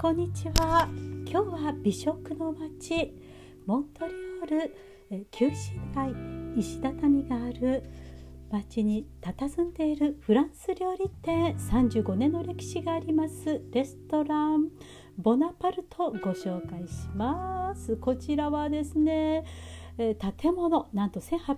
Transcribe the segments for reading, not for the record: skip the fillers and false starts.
こんにちは。今日は美食の街モントリオール旧市街石畳がある町に佇んでいるフランス料理店、35年の歴史がありますレストランボナパルトをご紹介します。こちらはですね、建物なんと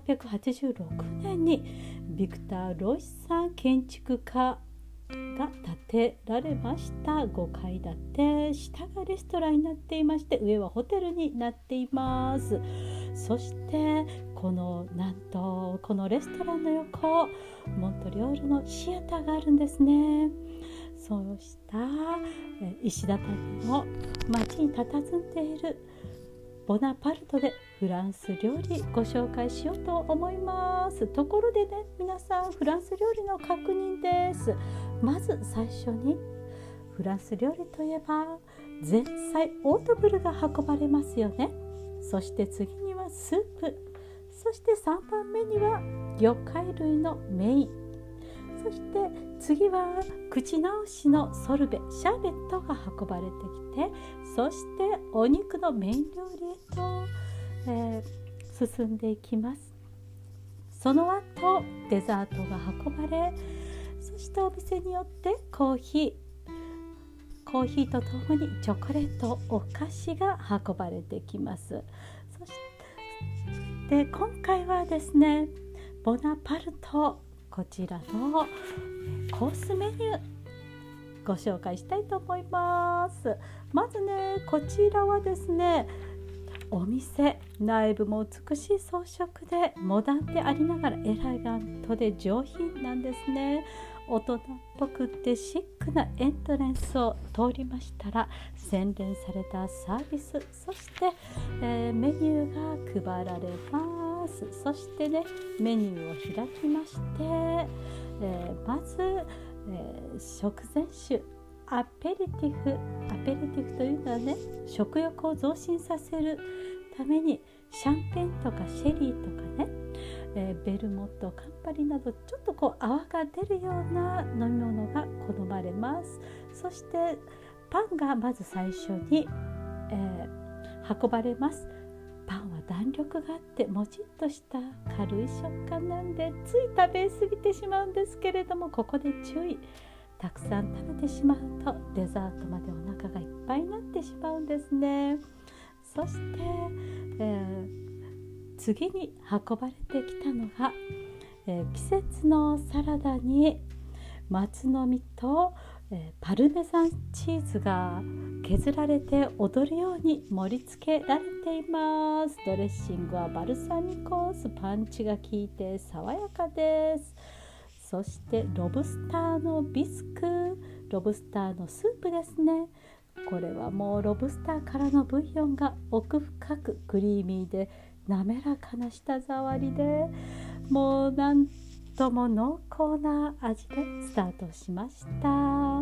1886年にビクター・ロイスさん建築家が建てられました。5階建て、下がレストランになっていまして、上はホテルになっています。そしてなんとこのレストランの横、モントリオールのシアターがあるんですね。そうした石畳の町に佇んでいるボナパルトでフランス料理ご紹介しようと思います。ところでね、皆さんフランス料理の確認です。まず最初にフランス料理といえば前菜オートブルが運ばれますよね。そして次にはスープ、そして3番目には魚介類のメイン、そして次は口直しのソルベシャーベットが運ばれてきて、そしてお肉のメイン料理へと、進んでいきます。その後デザートが運ばれ、そしてお店によってコーヒーとともにチョコレート、お菓子が運ばれてきます。そして今回はですね、ボナパルト、こちらのコースメニューご紹介したいと思います。まずね、こちらはですね、お店内部も美しい装飾でモダンでありながらエレガントで上品なんですね。大人っぽくってシックなエントランスを通りましたら、洗練されたサービス、そして、メニューが配られます。そしてね、メニューを開きまして、まず、食前酒アペリティフというのはね、食欲を増進させるためにシャンペンとかシェリーとかね、ベルモット、カンパリなどちょっと泡が出るような飲み物が好まれます。そしてパンがまず最初に、運ばれます。パンは弾力があってもちっとした軽い食感なんで、つい食べ過ぎてしまうんですけれども、ここで注意。たくさん食べてしまうとデザートまでお腹がいっぱいになってしまうんですね。そして、次に運ばれてきたのが、季節のサラダに松の実と、パルメザンチーズが削られて踊るように盛り付けられています。ドレッシングはバルサミコ酢、パンチが効いて爽やかです。そしてロブスターのビスク、ロブスターのスープですね。これはもうロブスターからのブイヨンが奥深くクリーミーで滑らかな舌触りで、もうなんとも濃厚な味でスタートしました。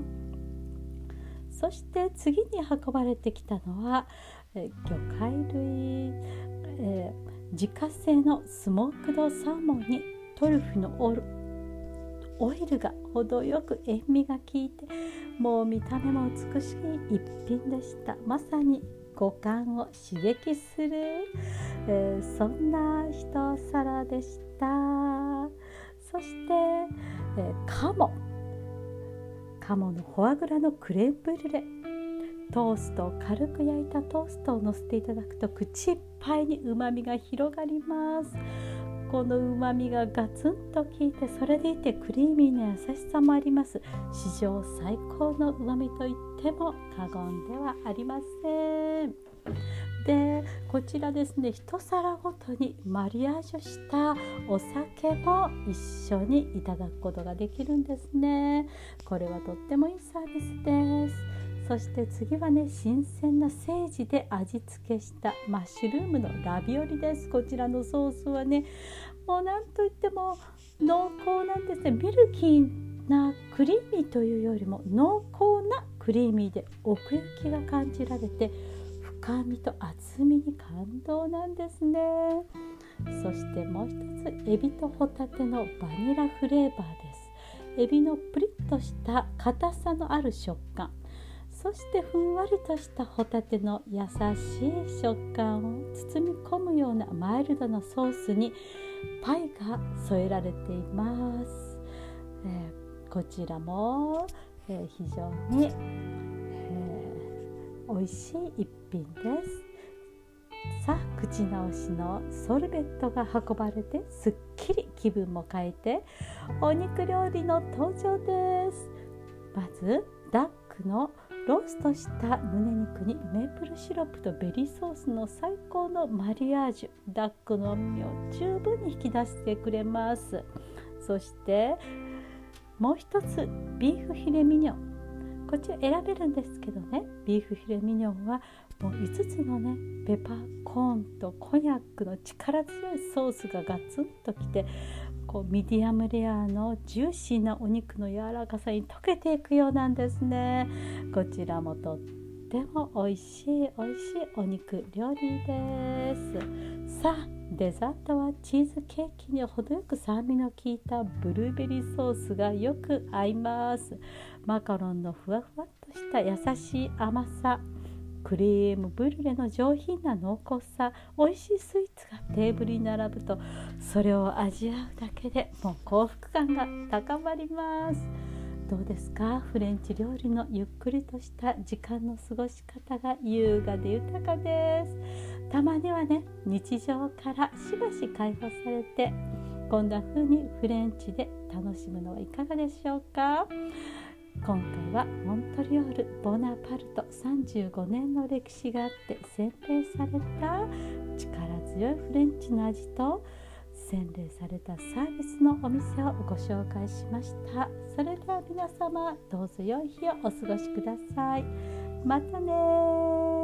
そして次に運ばれてきたのは魚介類、自家製のスモークドサーモンにトリュフのオイルが程よく塩味が効いて、もう見た目も美しい一品でした。まさに五感を刺激する、そんな一皿でした。そして、カモのフォアグラのクレームブリュレ、トーストを軽く焼いたトーストを乗せていただくと口いっぱいにうまみが広がります。このうまみがガツンと効いて、それでいてクリーミーな優しさもあります。史上最高のうまみと言っても過言ではありません。で、こちらですね、一皿ごとにマリアージュしたお酒も一緒にいただくことができるんですね。これはとってもいいサービスです。そして次はね、新鮮なセージで味付けしたマッシュルームのラビオリです。こちらのソースはね、もうなんといっても濃厚なんですね。ミルキーなクリーミーというよりも濃厚なクリーミーで奥行きが感じられて、深みと厚みに感動なんですね。そしてもう一つ、エビとホタテのバニラフレーバーです。エビのプリッとした硬さのある食感、 そしてふんわりとしたホタテの優しい食感を包み込むようなマイルドなソースにパイが添えられています。こちらも、非常に、美味しい一品です。さあ、口直しのソルベットが運ばれてすっきり気分も変えてお肉料理の登場です。まずダックのローストした胸肉にメープルシロップとベリーソースの最高のマリアージュ、ダックの味を十分に引き出してくれます。そしてもう一つビーフフィレミニョン、こちら選べるんですけどね、ビーフフィレミニョンはもう5つのねペパーコーンとコニャックの力強いソースがガツンときて、ミディアムレアのジューシーなお肉の柔らかさに溶けていくようなんですね。こちらもとっても美味しいお肉料理です。さあ、デザートはチーズケーキに程よく酸味の効いたブルーベリーソースがよく合います。マカロンのふわふわっとした優しい甘さ、クリームブリュレの上品な濃厚さ、美味しいスイーツがテーブルに並ぶとそれを味わうだけでもう幸福感が高まります。どうですか？フレンチ料理のゆっくりとした時間の過ごし方が優雅で豊かです。たまにはね、日常からしばし解放されてこんな風にフレンチで楽しむのはいかがでしょうか？今回はモントリオールボナパルト35年の歴史があって洗練された力強いフレンチの味と洗練されたサービスのお店をご紹介しました。それでは皆様、どうぞ良い日をお過ごしください。またね。